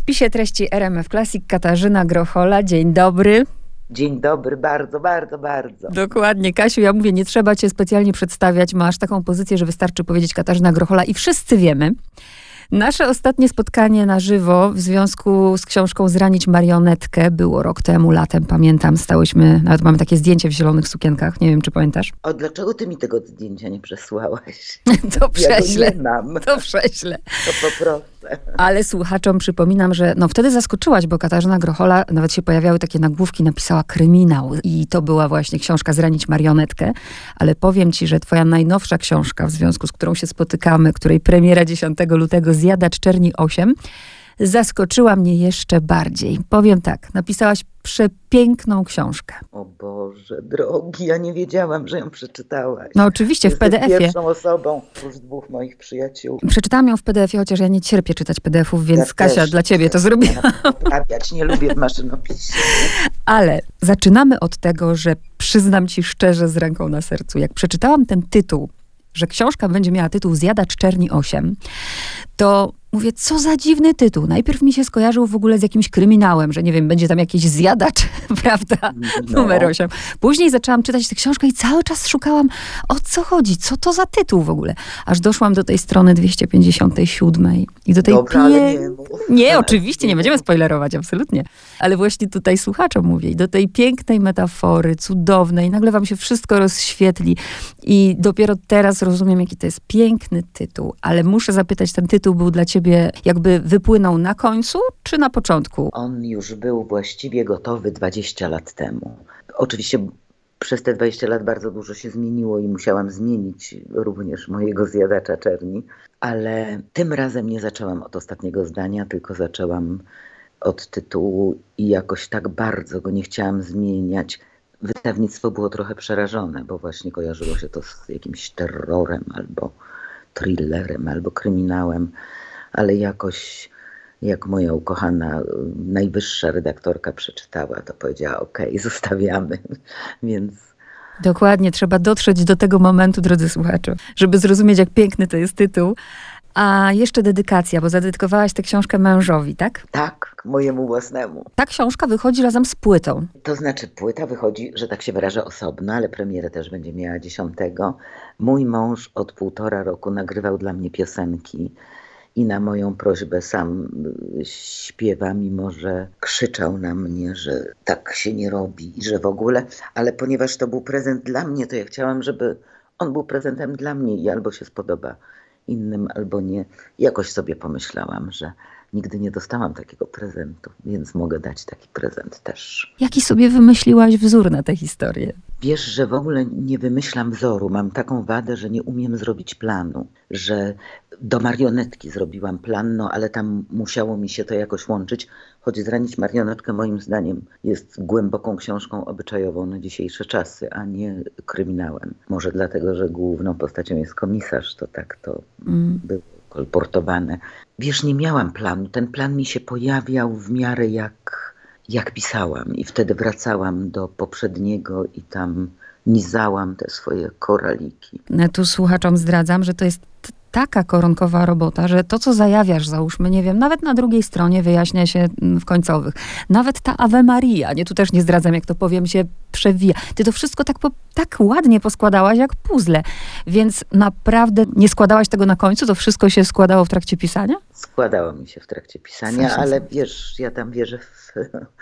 spisie treści RMF Classic Katarzyna Grochola. Dzień dobry. Dzień dobry, bardzo, bardzo, bardzo. Dokładnie, Kasiu, ja mówię, nie trzeba cię specjalnie przedstawiać. Masz taką pozycję, że wystarczy powiedzieć Katarzyna Grochola i wszyscy wiemy. Nasze ostatnie spotkanie na żywo w związku z książką Zranić marionetkę było rok temu, latem, pamiętam. Stałyśmy, nawet mamy takie zdjęcie w zielonych sukienkach, nie wiem, czy pamiętasz. O, dlaczego ty mi tego zdjęcia nie przesłałaś? To prześlę. Ja go nie mam. To prześlę. To poproszę. Ale słuchaczom przypominam, że wtedy zaskoczyłaś, bo Katarzyna Grochola, nawet się pojawiały takie nagłówki, napisała kryminał i to była właśnie książka Zranić marionetkę, ale powiem ci, że twoja najnowsza książka, w związku z którą się spotykamy, której premiera 10 lutego, Zjadacz Czerni 8, zaskoczyła mnie jeszcze bardziej. Powiem tak, napisałaś przepiękną książkę. O Boże, drogi, ja nie wiedziałam, że ją przeczytałaś. No oczywiście, w Jesteś PDF-ie. pierwszą osobą plus dwóch moich przyjaciół. Przeczytałam ją w PDF-ie, chociaż ja nie cierpię czytać PDF-ów, więc Ja Kasia, też, dla ciebie to zrobiłam. Poprawiać, nie lubię w maszynopisie. Ale zaczynamy od tego, że przyznam ci szczerze z ręką na sercu, jak przeczytałam ten tytuł, że książka będzie miała tytuł Zjadacz Czerni 8, to mówię, co za dziwny tytuł. Najpierw mi się skojarzył w ogóle z jakimś kryminałem, że nie wiem, będzie tam jakiś zjadacz, prawda, numer 8. Później zaczęłam czytać tę książkę i cały czas szukałam, o co chodzi, co to za tytuł w ogóle. Aż doszłam do tej strony 257 i do tej ale nie mów. Nie, oczywiście, nie będziemy spoilerować, absolutnie. Ale właśnie tutaj słuchaczom mówię i do tej pięknej metafory, cudownej, nagle wam się wszystko rozświetli i dopiero teraz rozumiem, jaki to jest piękny tytuł. Ale muszę zapytać, ten tytuł był dla ciebie jakby wypłynął na końcu, czy na początku? On już był właściwie gotowy 20 lat temu. Oczywiście przez te 20 lat bardzo dużo się zmieniło i musiałam zmienić również mojego Zjadacza Czerni, ale tym razem nie zaczęłam od ostatniego zdania, tylko zaczęłam od tytułu i jakoś tak bardzo go nie chciałam zmieniać. Wydawnictwo było trochę przerażone, bo właśnie kojarzyło się to z jakimś terrorem albo thrillerem, albo kryminałem, ale jakoś jak moja ukochana najwyższa redaktorka przeczytała, to powiedziała okej, zostawiamy, więc... Dokładnie, trzeba dotrzeć do tego momentu, drodzy słuchacze, żeby zrozumieć, jak piękny to jest tytuł. A jeszcze dedykacja, bo zadedykowałaś tę książkę mężowi, tak? Tak, mojemu własnemu. Ta książka wychodzi razem z płytą. To znaczy płyta wychodzi, że tak się wyrażę, osobno, ale premierę też będzie miała 10. Mój mąż od 1,5 roku nagrywał dla mnie piosenki i na moją prośbę sam śpiewa, mimo że krzyczał na mnie, że tak się nie robi i że w ogóle, ale ponieważ to był prezent dla mnie, to ja chciałam, żeby on był prezentem dla mnie i albo się spodoba innym, albo nie. Jakoś sobie pomyślałam, że nigdy nie dostałam takiego prezentu, więc mogę dać taki prezent też. Jaki sobie wymyśliłaś wzór na tę historię? Wiesz, że w ogóle nie wymyślam wzoru. Mam taką wadę, że nie umiem zrobić planu, że do marionetki zrobiłam plan, no ale tam musiało mi się to jakoś łączyć, choć Zranić marionetkę moim zdaniem jest głęboką książką obyczajową na dzisiejsze czasy, a nie kryminałem. Może dlatego, że główną postacią jest komisarz, to tak to było kolportowane. Wiesz, nie miałam planu. Ten plan mi się pojawiał w miarę jak pisałam i wtedy wracałam do poprzedniego i tam nizałam te swoje koraliki. Tu słuchaczom zdradzam, że to jest taka koronkowa robota, że to, co zajawiasz, załóżmy, nie wiem, nawet na drugiej stronie wyjaśnia się w końcowych. Nawet ta Ave Maria, tu też nie zdradzam, jak to powiem, się przewija. Ty to wszystko tak ładnie poskładałaś, jak puzzle. Więc naprawdę nie składałaś tego na końcu? To wszystko się składało w trakcie pisania? Składało mi się w trakcie pisania, ale wiesz, ja tam wierzę w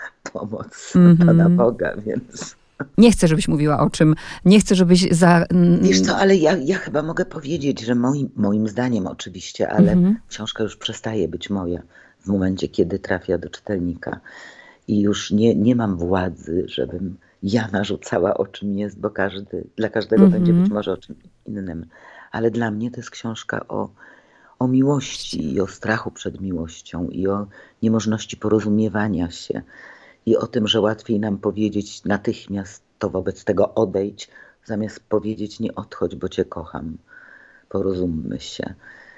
pomoc Pana Boga, więc... Nie chcę, żebyś mówiła o czym. Nie chcę, żebyś Wiesz co, ale ja chyba mogę powiedzieć, że moim zdaniem oczywiście, ale książka już przestaje być moja w momencie, kiedy trafia do czytelnika. I już nie mam władzy, żebym ja narzucała, o czym jest, bo dla każdego będzie być może o czym innym. Ale dla mnie to jest książka o miłości i o strachu przed miłością i o niemożności porozumiewania się. I o tym, że łatwiej nam powiedzieć natychmiast to wobec tego odejdź, zamiast powiedzieć nie odchodź, bo cię kocham, porozummy się.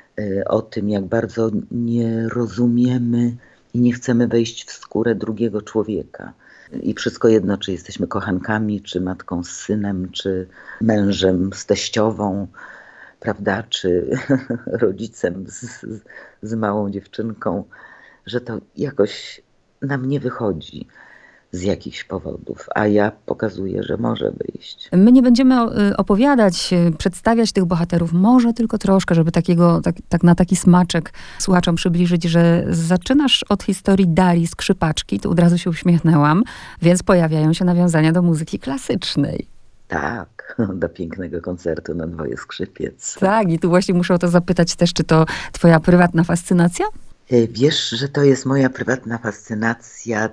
O tym, jak bardzo nie rozumiemy i nie chcemy wejść w skórę drugiego człowieka. I wszystko jedno, czy jesteśmy kochankami, czy matką z synem, czy mężem z teściową, prawda, czy rodzicem z małą dziewczynką. że to jakoś nam nie wychodzi z jakichś powodów, a ja pokazuję, że może wyjść. My nie będziemy opowiadać, przedstawiać tych bohaterów, może tylko troszkę, żeby tak na taki smaczek słuchaczom przybliżyć, że zaczynasz od historii Darii Skrzypaczki, to od razu się uśmiechnęłam, więc pojawiają się nawiązania do muzyki klasycznej. Tak, do pięknego koncertu na dwoje skrzypiec. Tak, i tu właśnie muszę o to zapytać też, czy to twoja prywatna fascynacja? Wiesz, że to jest moja prywatna fascynacja.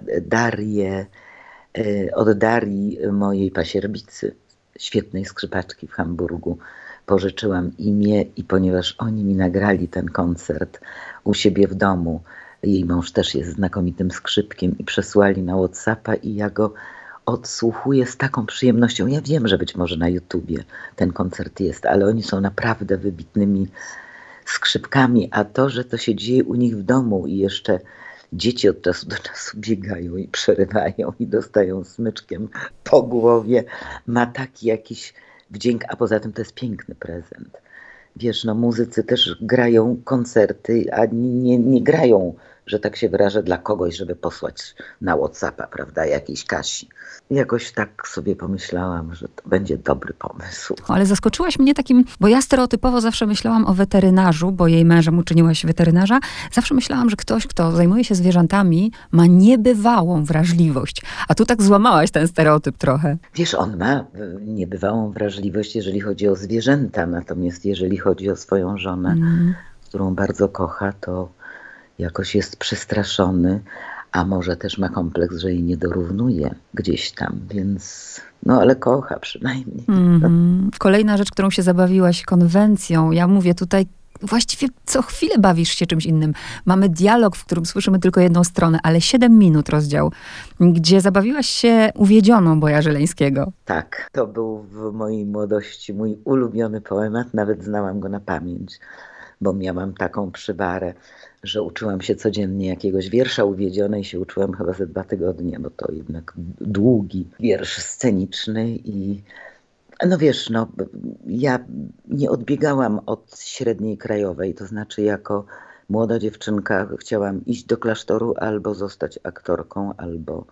Od Darii, mojej pasierbicy, świetnej skrzypaczki w Hamburgu, pożyczyłam imię i ponieważ oni mi nagrali ten koncert u siebie w domu, jej mąż też jest znakomitym skrzypkiem i przesłali na WhatsAppa i ja go odsłuchuję z taką przyjemnością. Ja wiem, że być może na YouTubie ten koncert jest, ale oni są naprawdę wybitnymi skrzypkami, a to, że to się dzieje u nich w domu i jeszcze dzieci od czasu do czasu biegają i przerywają i dostają smyczkiem po głowie, ma taki jakiś wdzięk, a poza tym to jest piękny prezent. Wiesz, no muzycy też grają koncerty, a nie grają, że tak się wyrażę, dla kogoś, żeby posłać na WhatsAppa, prawda, jakiejś Kasi. Jakoś tak sobie pomyślałam, że to będzie dobry pomysł. Ale zaskoczyłaś mnie takim, bo ja stereotypowo zawsze myślałam o weterynarzu, bo jej mężem uczyniłaś weterynarza. Zawsze myślałam, że ktoś, kto zajmuje się zwierzętami, ma niebywałą wrażliwość. A tu tak złamałaś ten stereotyp trochę. Wiesz, on ma niebywałą wrażliwość, jeżeli chodzi o zwierzęta, natomiast jeżeli chodzi o swoją żonę, którą bardzo kocha, to jakoś jest przestraszony, a może też ma kompleks, że jej nie dorównuje gdzieś tam, więc no ale kocha przynajmniej. Kolejna rzecz, którą się zabawiłaś, konwencją. Ja mówię tutaj, właściwie co chwilę bawisz się czymś innym. Mamy dialog, w którym słyszymy tylko jedną stronę, ale 7 minut rozdział, gdzie zabawiłaś się Uwiedzioną Boja Żeleńskiego. Tak, to był w mojej młodości mój ulubiony poemat, nawet znałam go na pamięć, bo miałam taką przywarę, że uczyłam się codziennie jakiegoś wiersza Uwiedzionej, się uczyłam chyba ze 2 tygodnie, bo to jednak długi wiersz sceniczny i no wiesz, no ja nie odbiegałam od średniej krajowej, to znaczy jako młoda dziewczynka chciałam iść do klasztoru albo zostać aktorką, albo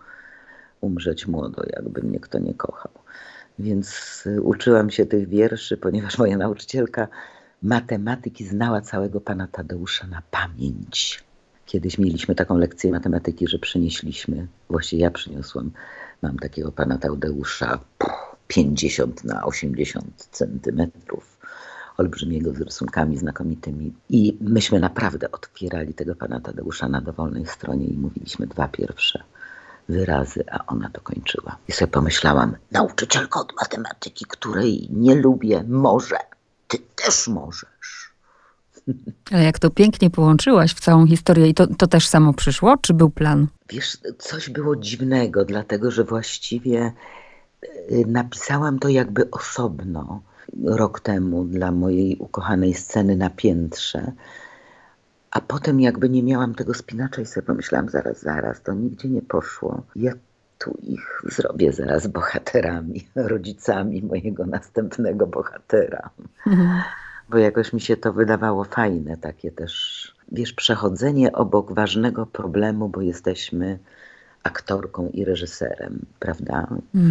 umrzeć młodo, jakby mnie kto nie kochał. Więc uczyłam się tych wierszy, ponieważ moja nauczycielka matematyki znała całego pana Tadeusza na pamięć. Kiedyś mieliśmy taką lekcję matematyki, że przynieśliśmy, właściwie ja przyniosłam, mam takiego pana Tadeusza 50 na 80 centymetrów, olbrzymiego z rysunkami znakomitymi. I myśmy naprawdę otwierali tego pana Tadeusza na dowolnej stronie i mówiliśmy 2 pierwsze wyrazy, a ona to kończyła. I sobie pomyślałam, nauczycielko od matematyki, której nie lubię, może. Ty też możesz. Ale jak to pięknie połączyłaś w całą historię i to też samo przyszło, czy był plan? Wiesz, coś było dziwnego, dlatego że właściwie napisałam to jakby osobno rok temu dla mojej ukochanej sceny na piętrze, a potem jakby nie miałam tego spinacza i sobie pomyślałam, zaraz, to nigdzie nie poszło. Ja tu ich zrobię zaraz bohaterami, rodzicami mojego następnego bohatera. Bo jakoś mi się to wydawało fajne, takie też, wiesz, przechodzenie obok ważnego problemu, bo jesteśmy aktorką i reżyserem, prawda?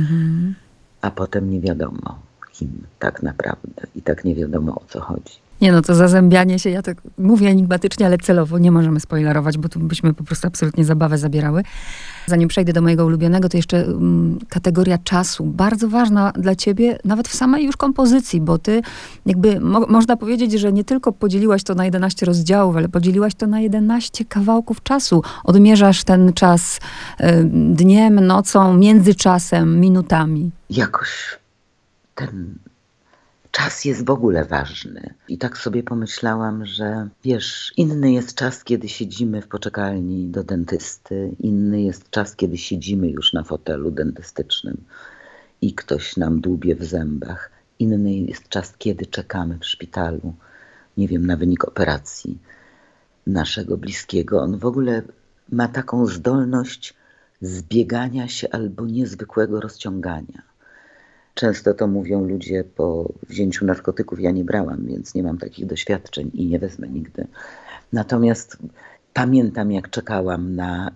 A potem nie wiadomo kim tak naprawdę i tak nie wiadomo o co chodzi. Nie no, to zazębianie się, ja tak mówię enigmatycznie, ale celowo, nie możemy spoilerować, bo tu byśmy po prostu absolutnie zabawę zabierały. Zanim przejdę do mojego ulubionego, to jeszcze kategoria czasu. Bardzo ważna dla ciebie, nawet w samej już kompozycji, bo ty jakby, można powiedzieć, że nie tylko podzieliłaś to na 11 rozdziałów, ale podzieliłaś to na 11 kawałków czasu. Odmierzasz ten czas dniem, nocą, międzyczasem, minutami. Jakoś ten czas jest w ogóle ważny. I tak sobie pomyślałam, że wiesz, inny jest czas, kiedy siedzimy w poczekalni do dentysty, inny jest czas, kiedy siedzimy już na fotelu dentystycznym i ktoś nam dłubie w zębach. Inny jest czas, kiedy czekamy w szpitalu, nie wiem, na wynik operacji naszego bliskiego. On w ogóle ma taką zdolność zbiegania się albo niezwykłego rozciągania. Często to mówią ludzie po wzięciu narkotyków. Ja nie brałam, więc nie mam takich doświadczeń i nie wezmę nigdy. Natomiast Pamiętam, jak czekałam na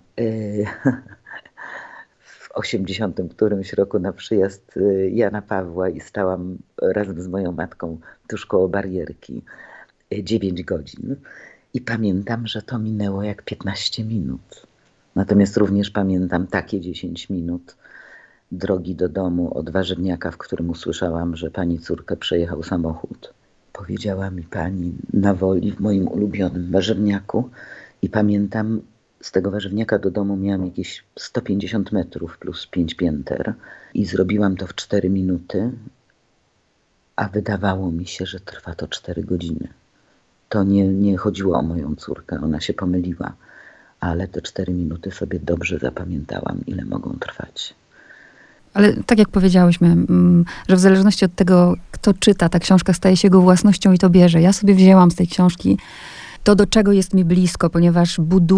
w 80 którymś roku na przyjazd Jana Pawła i stałam razem z moją matką tuż koło barierki 9 godzin. I pamiętam, że to minęło jak 15 minut. Natomiast również pamiętam takie 10 minut drogi do domu od warzywniaka, w którym usłyszałam, że pani córkę przejechał samochód. Powiedziała mi pani na Woli, w moim ulubionym warzywniaku, i pamiętam, z tego warzywniaka do domu miałam jakieś 150 metrów plus 5 pięter i zrobiłam to w 4 minuty, a wydawało mi się, że trwa to 4 godziny. To nie chodziło o moją córkę, ona się pomyliła, ale te 4 minuty sobie dobrze zapamiętałam, ile mogą trwać. Ale tak jak powiedziałyśmy, że w zależności od tego, kto czyta, ta książka staje się jego własnością i to bierze. Ja sobie wzięłam z tej książki to, do czego jest mi blisko, ponieważ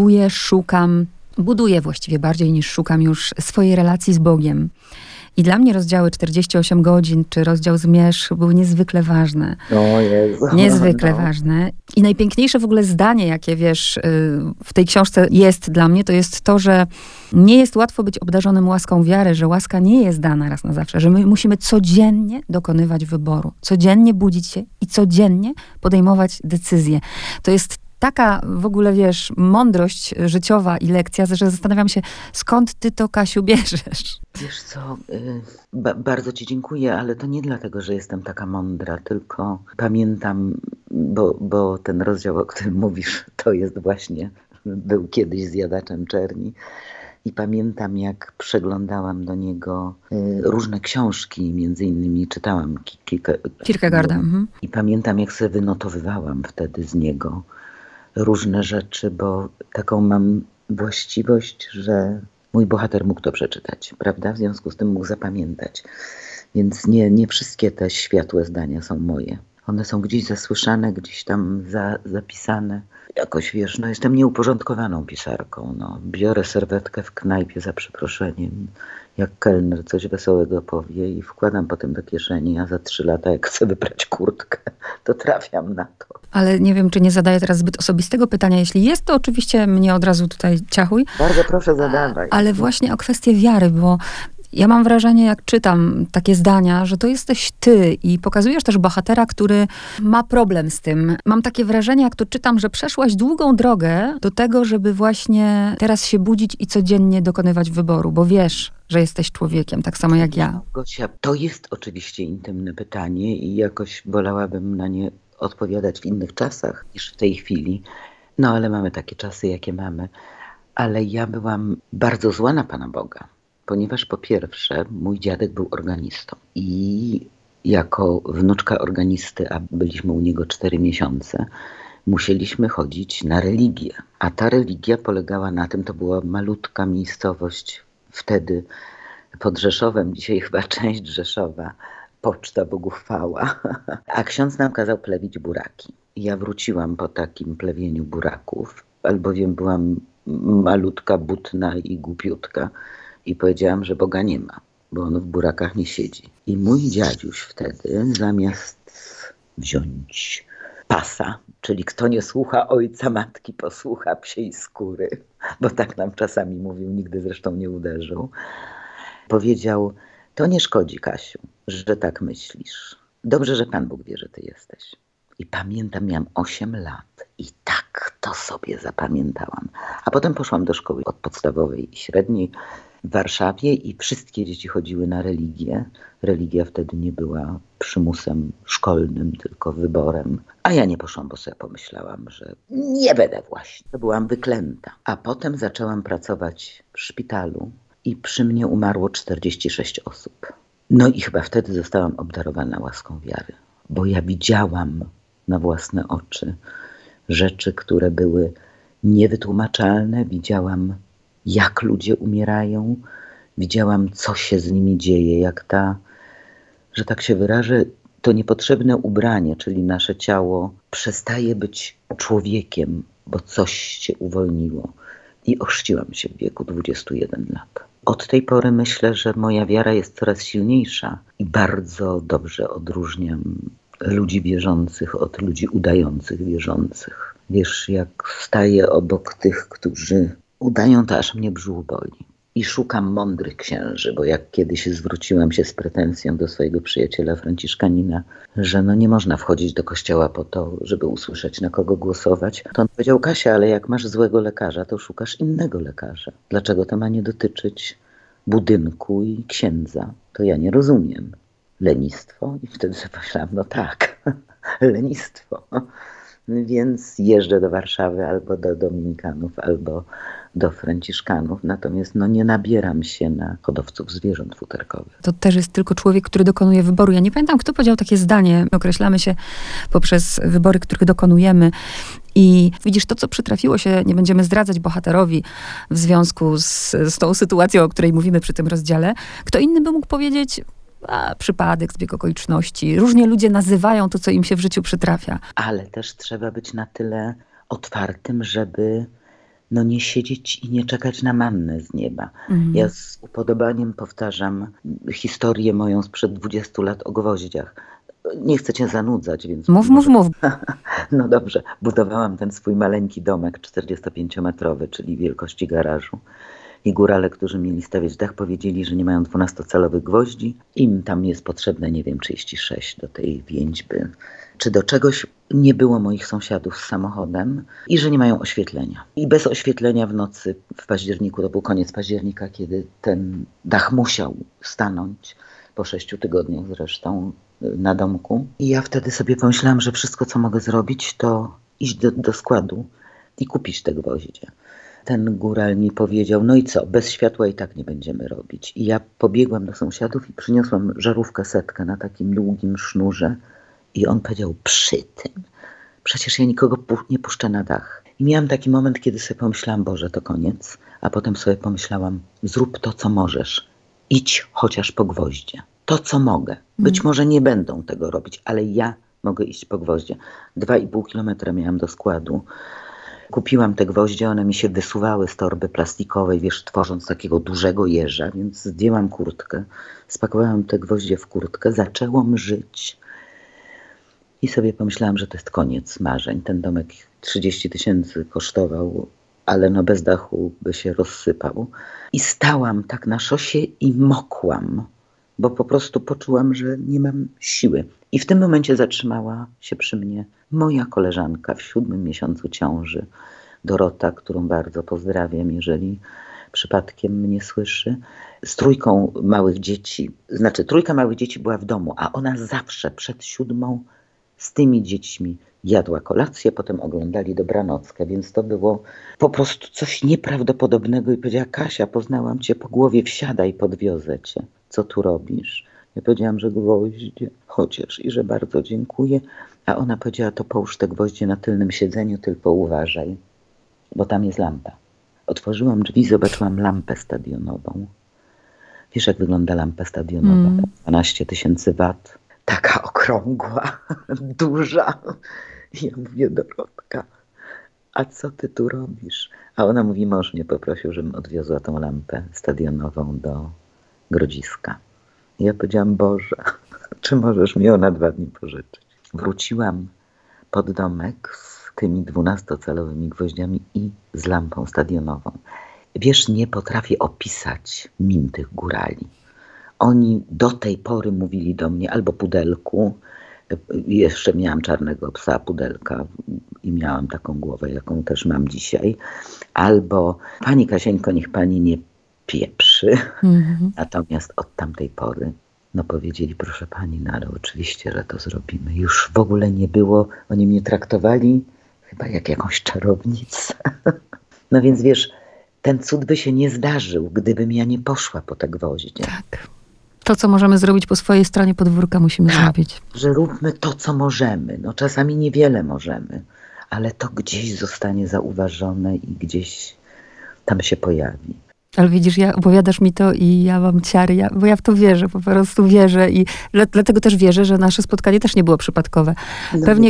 buduję właściwie bardziej niż szukam już swojej relacji z Bogiem. I dla mnie rozdziały 48 godzin, czy rozdział Zmierzch były niezwykle ważne. O Jezu. Niezwykle ważne. I najpiękniejsze w ogóle zdanie, jakie wiesz, w tej książce jest dla mnie, to jest to, że nie jest łatwo być obdarzonym łaską wiary, że łaska nie jest dana raz na zawsze, że my musimy codziennie dokonywać wyboru, codziennie budzić się i codziennie podejmować decyzje. To jest taka w ogóle, wiesz, mądrość życiowa i lekcja, że zastanawiam się, skąd ty to, Kasiu, bierzesz? Wiesz co, bardzo ci dziękuję, ale to nie dlatego, że jestem taka mądra, tylko pamiętam, bo ten rozdział, o którym mówisz, to jest właśnie, był kiedyś Zjadaczem czerni. I pamiętam, jak przeglądałam do niego różne książki, między innymi czytałam Kierkegaarda. I pamiętam, jak sobie wynotowywałam wtedy z niego różne rzeczy, bo taką mam właściwość, że mój bohater mógł to przeczytać, prawda? W związku z tym mógł zapamiętać. Więc nie wszystkie te światłe zdania są moje. One są gdzieś zasłyszane, gdzieś tam zapisane. Jakoś, wiesz, jestem nieuporządkowaną pisarką. Biorę serwetkę w knajpie za przeproszeniem, jak kelner coś wesołego powie i wkładam potem do kieszeni, a za 3 lata, jak chcę wybrać kurtkę, to trafiam na to. Ale nie wiem, czy nie zadaję teraz zbyt osobistego pytania. Jeśli jest, to oczywiście mnie od razu tutaj ciachuj. Bardzo proszę, zadawaj. Ale właśnie o kwestię wiary, bo ja mam wrażenie, jak czytam takie zdania, że to jesteś ty i pokazujesz też bohatera, który ma problem z tym. Mam takie wrażenie, jak to czytam, że przeszłaś długą drogę do tego, żeby właśnie teraz się budzić i codziennie dokonywać wyboru, bo wiesz, że jesteś człowiekiem, tak samo jak ja. Gosia, to jest oczywiście intymne pytanie i jakoś wolałabym na nie odpowiadać w innych czasach niż w tej chwili. Ale mamy takie czasy, jakie mamy. Ale ja byłam bardzo zła na Pana Boga. Ponieważ po pierwsze mój dziadek był organistą i jako wnuczka organisty, a byliśmy u niego 4 miesiące, musieliśmy chodzić na religię. A ta religia polegała na tym, to była malutka miejscowość wtedy pod Rzeszowem, dzisiaj chyba część Rzeszowa, Poczta Bogu chwała. A ksiądz nam kazał plewić buraki. Ja wróciłam po takim plewieniu buraków, albowiem byłam malutka, butna i głupiutka. I powiedziałam, że Boga nie ma, bo on w burakach nie siedzi. I mój dziadziuś wtedy, zamiast wziąć pasa, czyli kto nie słucha ojca, matki, posłucha psiej skóry, bo tak nam czasami mówił, nigdy zresztą nie uderzył, powiedział, to nie szkodzi, Kasiu, że tak myślisz. Dobrze, że Pan Bóg wie, że ty jesteś. I pamiętam, miałam 8 lat i tak to sobie zapamiętałam. A potem poszłam do szkoły podstawowej i średniej w Warszawie i wszystkie dzieci chodziły na religię. Religia wtedy nie była przymusem szkolnym, tylko wyborem. A ja nie poszłam, bo sobie pomyślałam, że nie będę właśnie. To byłam wyklęta. A potem zaczęłam pracować w szpitalu i przy mnie umarło 46 osób. I chyba wtedy zostałam obdarowana łaską wiary, bo ja widziałam na własne oczy rzeczy, które były niewytłumaczalne. Widziałam, jak ludzie umierają. Widziałam, co się z nimi dzieje, że tak się wyrażę, to niepotrzebne ubranie, czyli nasze ciało przestaje być człowiekiem, bo coś się uwolniło. I ochrzciłam się w wieku 21 lat. Od tej pory myślę, że moja wiara jest coraz silniejsza i bardzo dobrze odróżniam ludzi wierzących od ludzi udających wierzących. Wiesz, jak staję obok tych, którzy udają, to aż mnie brzuch boli. I szukam mądrych księży, bo jak kiedyś zwróciłam się z pretensją do swojego przyjaciela franciszkanina, że nie można wchodzić do kościoła po to, żeby usłyszeć, na kogo głosować, to on powiedział: Kasia, ale jak masz złego lekarza, to szukasz innego lekarza. Dlaczego to ma nie dotyczyć budynku i księdza? To ja nie rozumiem. Lenistwo? I wtedy sobie pomyślałam, no tak, lenistwo. Więc jeżdżę do Warszawy albo do dominikanów, albo do franciszkanów, natomiast nie nabieram się na hodowców zwierząt futerkowych. To też jest tylko człowiek, który dokonuje wyboru. Ja nie pamiętam, kto powiedział takie zdanie. Określamy się poprzez wybory, których dokonujemy. I widzisz, to, co przytrafiło się, nie będziemy zdradzać bohaterowi w związku z tą sytuacją, o której mówimy przy tym rozdziale. Kto inny by mógł powiedzieć: przypadek, zbieg okoliczności. Różnie ludzie nazywają to, co im się w życiu przytrafia. Ale też trzeba być na tyle otwartym, żeby nie siedzieć i nie czekać na mannę z nieba. Ja z upodobaniem powtarzam historię moją sprzed 20 lat o gwoździach. Nie chcę cię zanudzać, więc... Mów. No dobrze. Budowałam ten swój maleńki domek 45-metrowy, czyli wielkości garażu. I górale, którzy mieli stawiać dach, powiedzieli, że nie mają 12-calowych gwoździ. Im tam jest potrzebne, 36 do tej więźby. Czy do czegoś. Nie było moich sąsiadów z samochodem i że nie mają oświetlenia. I bez oświetlenia w nocy w październiku, to był koniec października, kiedy ten dach musiał stanąć, po 6 tygodniach zresztą, na domku. I ja wtedy sobie pomyślałam, że wszystko, co mogę zrobić, to iść do składu i kupić te gwoździe. Ten góral mi powiedział: no i co, bez światła i tak nie będziemy robić. I ja pobiegłam do sąsiadów i przyniosłam żarówkę setkę na takim długim sznurze. I on powiedział: przy tym, przecież ja nikogo nie puszczę na dach. I miałam taki moment, kiedy sobie pomyślałam: Boże, to koniec. A potem sobie pomyślałam: zrób to, co możesz. Idź chociaż po gwoździe. To, co mogę. Być może nie będą tego robić, ale ja mogę iść po gwoździe. 2,5 kilometra miałam do składu. Kupiłam te gwoździe, one mi się wysuwały z torby plastikowej, wiesz, tworząc takiego dużego jeża, więc zdjęłam kurtkę, spakowałam te gwoździe w kurtkę, zaczęłam żyć. I sobie pomyślałam, że to jest koniec marzeń. Ten domek 30 000 kosztował, ale bez dachu by się rozsypał. I stałam tak na szosie i mokłam, bo po prostu poczułam, że nie mam siły. I w tym momencie zatrzymała się przy mnie moja koleżanka w 7. miesiącu ciąży, Dorota, którą bardzo pozdrawiam, jeżeli przypadkiem mnie słyszy, z 3 małych dzieci. Znaczy 3 małych dzieci była w domu, a ona zawsze przed 7 z tymi dziećmi jadła kolację, potem oglądali dobranockę, więc to było po prostu coś nieprawdopodobnego. I powiedziała: Kasia, poznałam cię po głowie, wsiadaj, podwiozę cię. Co tu robisz? Ja powiedziałam, że gwoździe, chociaż, i że bardzo dziękuję. A ona powiedziała: to połóż te gwoździe na tylnym siedzeniu, tylko uważaj, bo tam jest lampa. Otworzyłam drzwi, zobaczyłam lampę stadionową. Wiesz, jak wygląda lampa stadionowa? 12 000 wat. Taka okrągła, duża. I ja mówię: Dorotka, a co ty tu robisz? A ona mówi: mąż mnie poprosił, żebym odwiozła tą lampę stadionową do Grodziska. I ja powiedziałam: Boże, czy możesz mi ją na 2 dni pożyczyć? Wróciłam pod domek z tymi 12-calowymi gwoździami i z lampą stadionową. Wiesz, nie potrafię opisać min tych górali. Oni do tej pory mówili do mnie albo Pudelku, jeszcze miałam czarnego psa Pudelka i miałam taką głowę, jaką też mam dzisiaj, albo: pani Kasieńko, niech pani nie pieprzy. Natomiast od tamtej pory powiedzieli: proszę pani, ale oczywiście, że to zrobimy. Już w ogóle nie było, oni mnie traktowali chyba jak jakąś czarownicę. No więc wiesz, ten cud by się nie zdarzył, gdybym ja nie poszła po te gwoździe. Tak. To, co możemy zrobić po swojej stronie podwórka, musimy zrobić. Że róbmy to, co możemy. Czasami niewiele możemy, ale to gdzieś zostanie zauważone i gdzieś tam się pojawi. Ale widzisz, opowiadasz mi to i ja mam ciary, bo ja w to wierzę, po prostu wierzę i dlatego też wierzę, że nasze spotkanie też nie było przypadkowe. Pewnie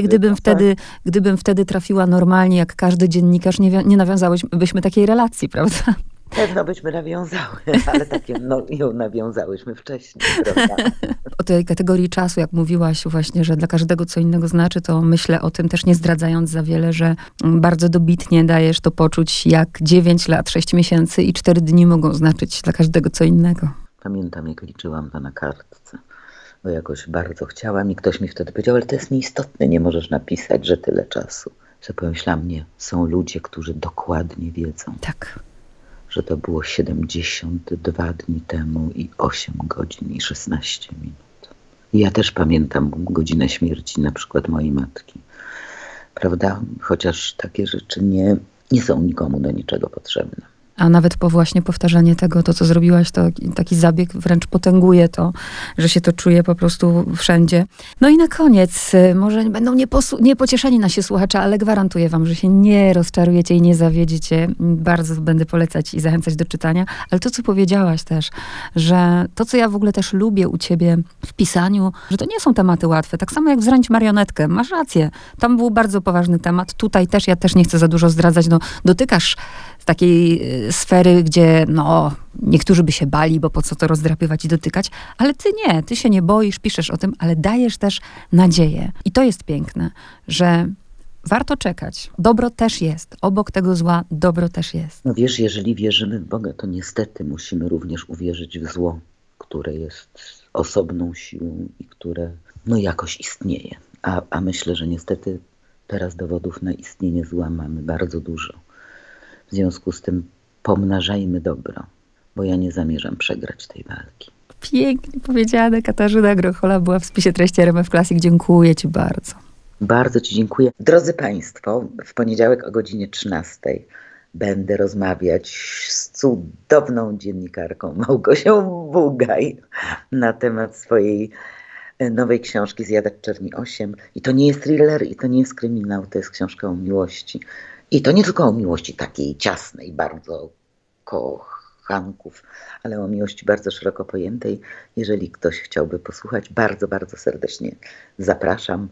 gdybym wtedy trafiła normalnie, jak każdy dziennikarz, nie nawiązałybyśmy takiej relacji, prawda? pewno byśmy nawiązały, ale tak ją nawiązałyśmy wcześniej, prawda? O tej kategorii czasu, jak mówiłaś właśnie, że dla każdego co innego znaczy, to myślę o tym też nie zdradzając za wiele, że bardzo dobitnie dajesz to poczuć, jak 9 lat, 6 miesięcy i 4 dni mogą znaczyć dla każdego co innego. Pamiętam, jak liczyłam to na kartce, bo jakoś bardzo chciałam i ktoś mi wtedy powiedział, ale to jest nieistotne, nie możesz napisać, że tyle czasu. Że pomyślałam, nie, są ludzie, którzy dokładnie wiedzą. Tak. Że to było 72 dni temu i 8 godzin i 16 minut. I ja też pamiętam godzinę śmierci na przykład mojej matki. Prawda? Chociaż takie rzeczy nie są nikomu do niczego potrzebne. A nawet po właśnie powtarzanie tego, to co zrobiłaś, to taki zabieg wręcz potęguje to, że się to czuje po prostu wszędzie. No i na koniec, może będą niepocieszeni nasi słuchacze, ale gwarantuję wam, że się nie rozczarujecie i nie zawiedziecie. Bardzo będę polecać i zachęcać do czytania. Ale to, co powiedziałaś też, że to, co ja w ogóle też lubię u ciebie w pisaniu, że to nie są tematy łatwe. Tak samo jak w Zranić marionetkę. Masz rację. Tam był bardzo poważny temat. Tutaj też, ja też nie chcę za dużo zdradzać. No, dotykasz takiej sfery, gdzie niektórzy by się bali, bo po co to rozdrapywać i dotykać, ale ty nie, ty się nie boisz, piszesz o tym, ale dajesz też nadzieję. I to jest piękne, że warto czekać. Dobro też jest. Obok tego zła dobro też jest. No wiesz, jeżeli wierzymy w Boga, to niestety musimy również uwierzyć w zło, które jest osobną siłą i które jakoś istnieje. A myślę, że niestety teraz dowodów na istnienie zła mamy bardzo dużo. W związku z tym pomnażajmy dobro, bo ja nie zamierzam przegrać tej walki. Pięknie powiedziane. Katarzyna Grochola była w spisie treści RMF Classic. Dziękuję ci bardzo. Bardzo ci dziękuję. Drodzy Państwo, w poniedziałek o godzinie 13 będę rozmawiać z cudowną dziennikarką Małgosią Bugaj na temat swojej nowej książki Zjadacz Czerni 8. I to nie jest thriller, i to nie jest kryminał, to jest książka o miłości. I to nie tylko o miłości takiej ciasnej, bardzo kochanków, ale o miłości bardzo szeroko pojętej. Jeżeli ktoś chciałby posłuchać, bardzo, bardzo serdecznie zapraszam.